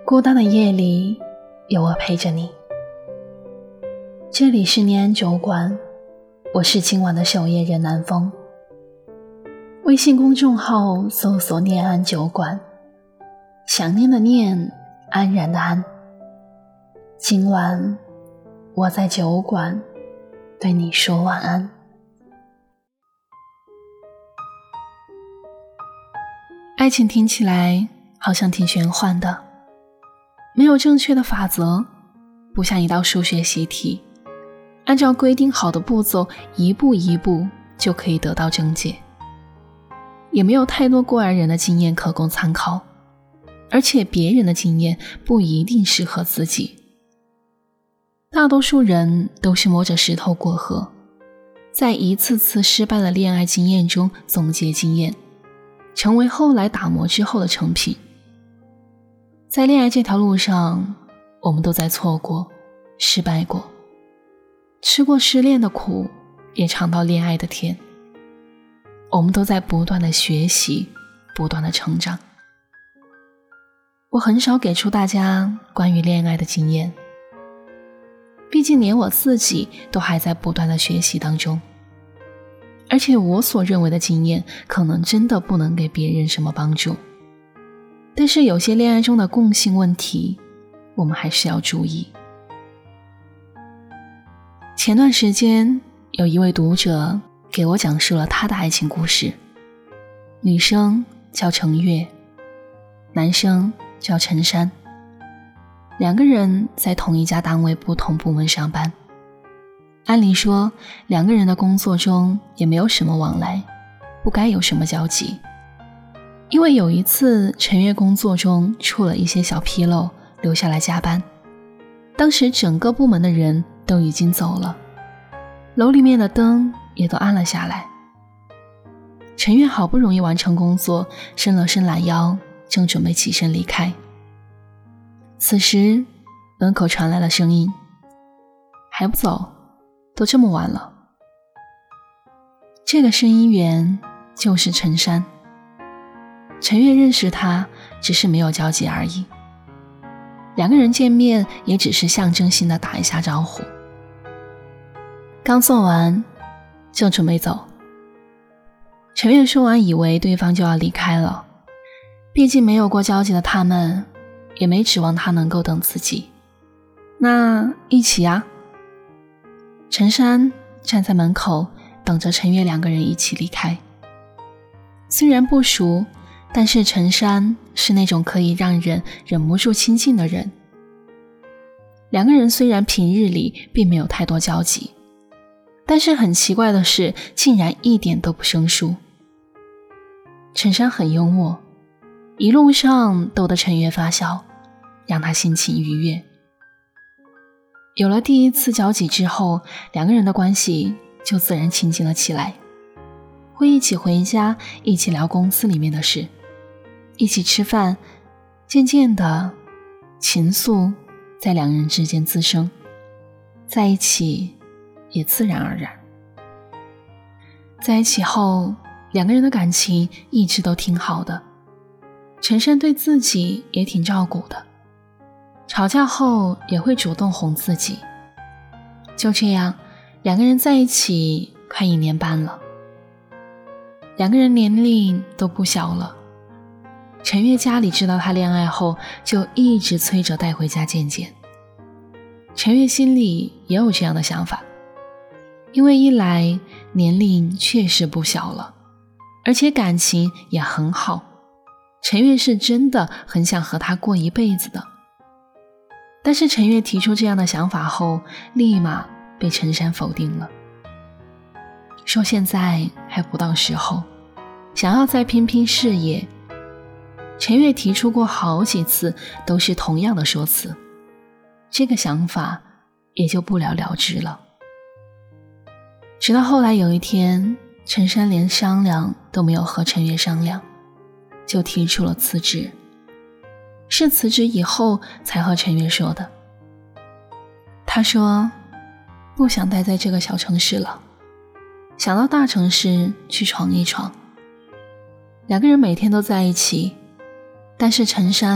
孤单的夜里有我陪着你。这里是念安酒馆，我是今晚的守夜人南风。微信公众号搜索念安酒馆，想念的念，安然的安。今晚我在酒馆对你说晚安。爱情听起来好像挺玄幻的，没有正确的法则，不像一道数学习题，按照规定好的步骤一步一步就可以得到正解，也没有太多过来人的经验可供参考，而且别人的经验不一定适合自己。大多数人都是摸着石头过河，在一次次失败的恋爱经验中总结经验，成为后来打磨之后的成品。在恋爱这条路上，我们都在错过、失败过，吃过失恋的苦，也尝到恋爱的甜。我们都在不断的学习，不断的成长。我很少给出大家关于恋爱的经验，毕竟连我自己都还在不断的学习当中，而且我所认为的经验可能真的不能给别人什么帮助。但是有些恋爱中的共性问题，我们还是要注意。前段时间有一位读者给我讲述了他的爱情故事，女生叫程月，男生叫陈山，两个人在同一家单位不同部门上班。按理说两个人的工作中也没有什么往来，不该有什么交集。因为有一次陈月工作中出了一些小纰漏，留下来加班，当时整个部门的人都已经走了，楼里面的灯也都暗了下来。陈月好不容易完成工作，伸了伸懒腰，正准备起身离开，此时门口传来了声音：还不走，都这么晚了。这个声音源就是陈山。陈月认识他，只是没有交集而已，两个人见面也只是象征性的打一下招呼。刚做完就准备走，陈月说完以为对方就要离开了，毕竟没有过交集的他们也没指望他能够等自己。那一起啊。陈山站在门口等着陈月两个人一起离开。虽然不熟，但是陈山是那种可以让人忍不住亲近的人。两个人虽然平日里并没有太多交集，但是很奇怪的是竟然一点都不生疏。陈山很幽默，一路上逗得陈月发笑，让他心情愉悦。有了第一次交集之后，两个人的关系就自然亲近了起来，会一起回家，一起聊公司里面的事，一起吃饭，渐渐的情愫在两人之间滋生，在一起也自然而然。在一起后，两个人的感情一直都挺好的，陈山对自己也挺照顾的，吵架后也会主动哄自己。就这样，两个人在一起快1年半了。两个人年龄都不小了，陈月家里知道他恋爱后，就一直催着带回家见见。陈月心里也有这样的想法，因为一来年龄确实不小了，而且感情也很好，陈月是真的很想和他过一辈子的。但是陈月提出这样的想法后，立马被陈山否定了，说现在还不到时候，想要再拼拼事业。陈月提出过好几次，都是同样的说辞，这个想法也就不了了之了。直到后来有一天，陈山连商量都没有和陈月商量，就提出了辞职，是辞职以后才和陈月说的。他说不想待在这个小城市了，想到大城市去闯一闯。两个人每天都在一起，但是陈山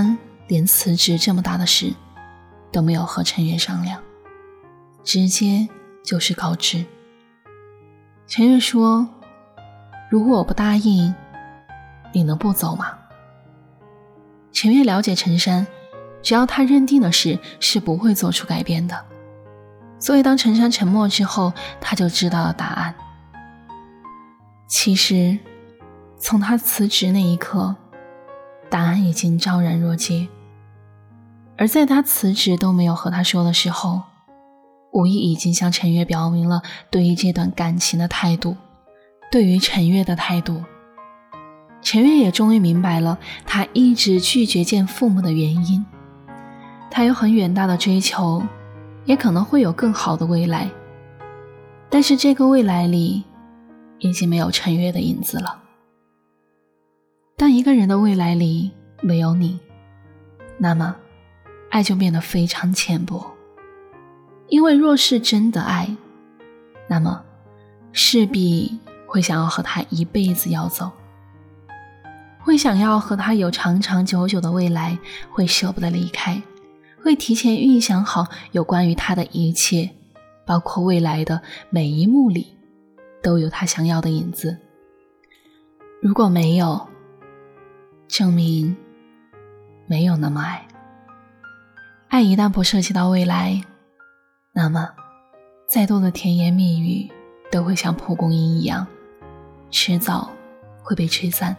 连辞职这么大的事都没有和陈月商量，直接就是告知。陈月说，如果我不答应，你能不走吗？陈月了解陈山，只要他认定的事是不会做出改变的，所以当陈山沉默之后，他就知道了答案。其实从他辞职那一刻，答案已经昭然若揭。而在他辞职都没有和他说的时候，无意已经向陈月表明了对于这段感情的态度，对于陈月的态度。陈月也终于明白了他一直拒绝见父母的原因。他有很远大的追求，也可能会有更好的未来，但是这个未来里已经没有陈月的影子了。当一个人的未来里没有你，那么爱就变得非常浅薄。因为若是真的爱，那么势必会想要和他一辈子要走，会想要和他有长长久久的未来，会舍不得离开，会提前预想好有关于他的一切，包括未来的每一幕里都有他想要的影子。如果没有，证明没有那么爱。爱一旦不涉及到未来，那么再多的甜言蜜语都会像蒲公英一样，迟早会被吹散。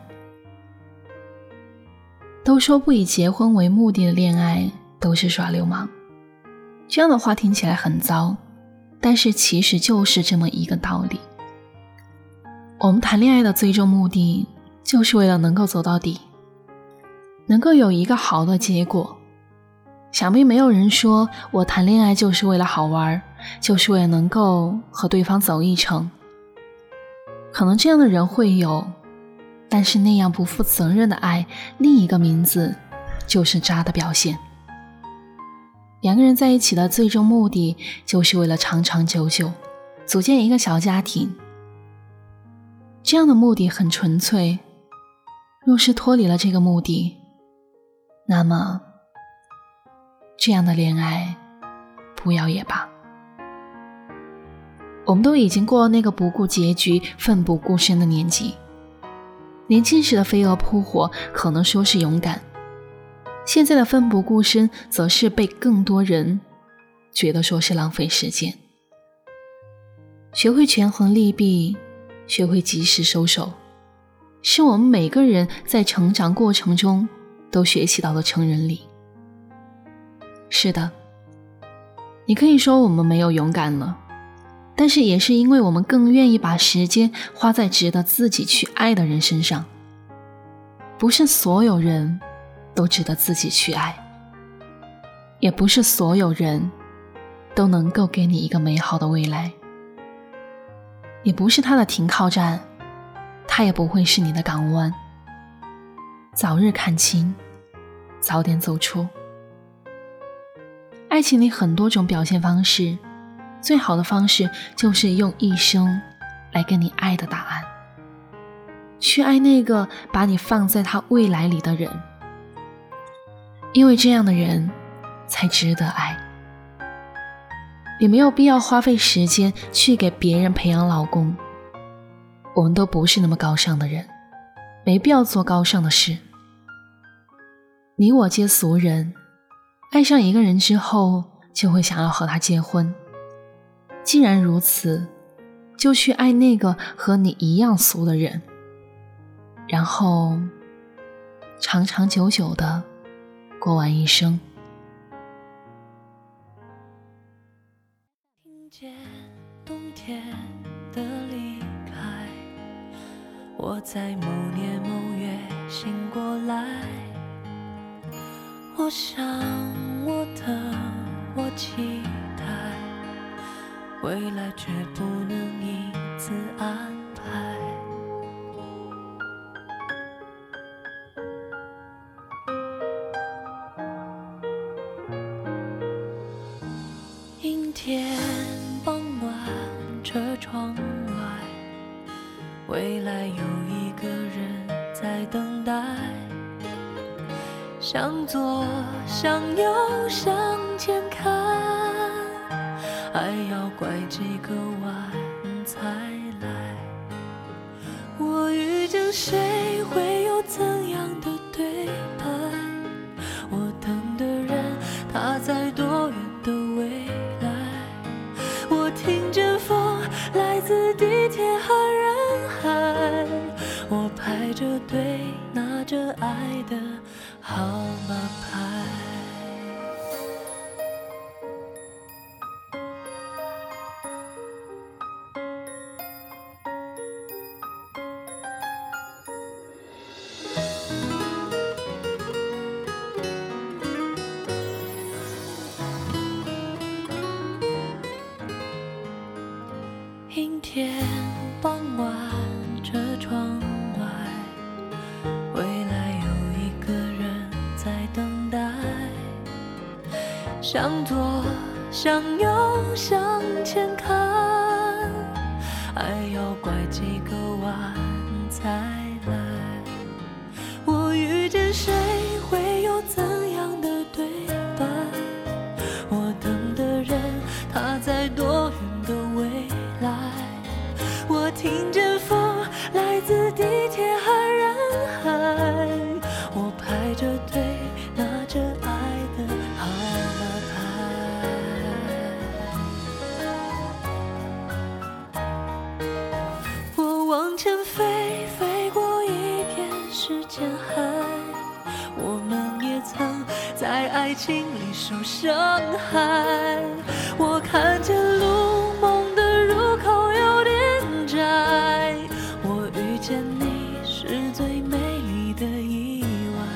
都说不以结婚为目的的恋爱都是耍流氓，这样的话听起来很糟，但是其实就是这么一个道理。我们谈恋爱的最终目的就是为了能够走到底，能够有一个好的结果。想必没有人说我谈恋爱就是为了好玩，就是为了能够和对方走一程。可能这样的人会有，但是那样不负责任的爱，另一个名字就是渣的表现。两个人在一起的最终目的就是为了长长久久，组建一个小家庭。这样的目的很纯粹，若是脱离了这个目的，那么这样的恋爱不要也罢。我们都已经过了那个不顾结局奋不顾身的年纪，年轻时的飞蛾扑火可能说是勇敢，现在的奋不顾身则是被更多人觉得说是浪费时间。学会权衡利弊，学会及时收手，是我们每个人在成长过程中都学习到的成人礼。是的，你可以说我们没有勇敢了，但是也是因为我们更愿意把时间花在值得自己去爱的人身上。不是所有人都值得自己去爱，也不是所有人都能够给你一个美好的未来，也不是他的停靠站，他也不会是你的港湾。早日看清，早点走出。爱情里很多种表现方式，最好的方式就是用一生来跟你爱的答案，去爱那个把你放在他未来里的人，因为这样的人才值得爱。你没有必要花费时间去给别人培养老公，我们都不是那么高尚的人，没必要做高尚的事。你我皆俗人，爱上一个人之后就会想要和他结婚，既然如此，就去爱那个和你一样俗的人，然后长长久久的过完一生。 听见冬天的离开，我在某年某月醒过来，我想我的我期待，未来却不能一次安排。阴天傍晚，车窗外，未来有一个人在等待。 向左向右向前看，还要拐几个弯才来。我遇见谁会有怎样的对白？我等的人他在多远的未来？我听见风来自地铁和人海，我排着队拿着爱的号码牌。阴天傍晚，车窗外，未来有一个人在等待。向左向右向前看，还要拐几个弯才来。我遇见谁会有怎样的对白？我等的人他在多远的未来？我听见风来自地铁和人海，我排着队拿着爱的号码牌。我往前飞，飞过一片时间海，我们也曾在爱情里受伤害。我看见路梦的入口有点窄，我遇见你是最美丽的意外。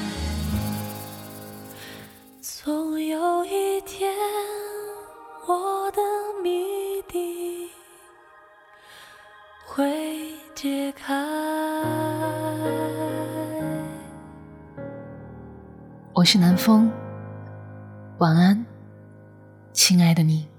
总有一天我的谜底会解开。 我是南风，晚安，亲爱的你。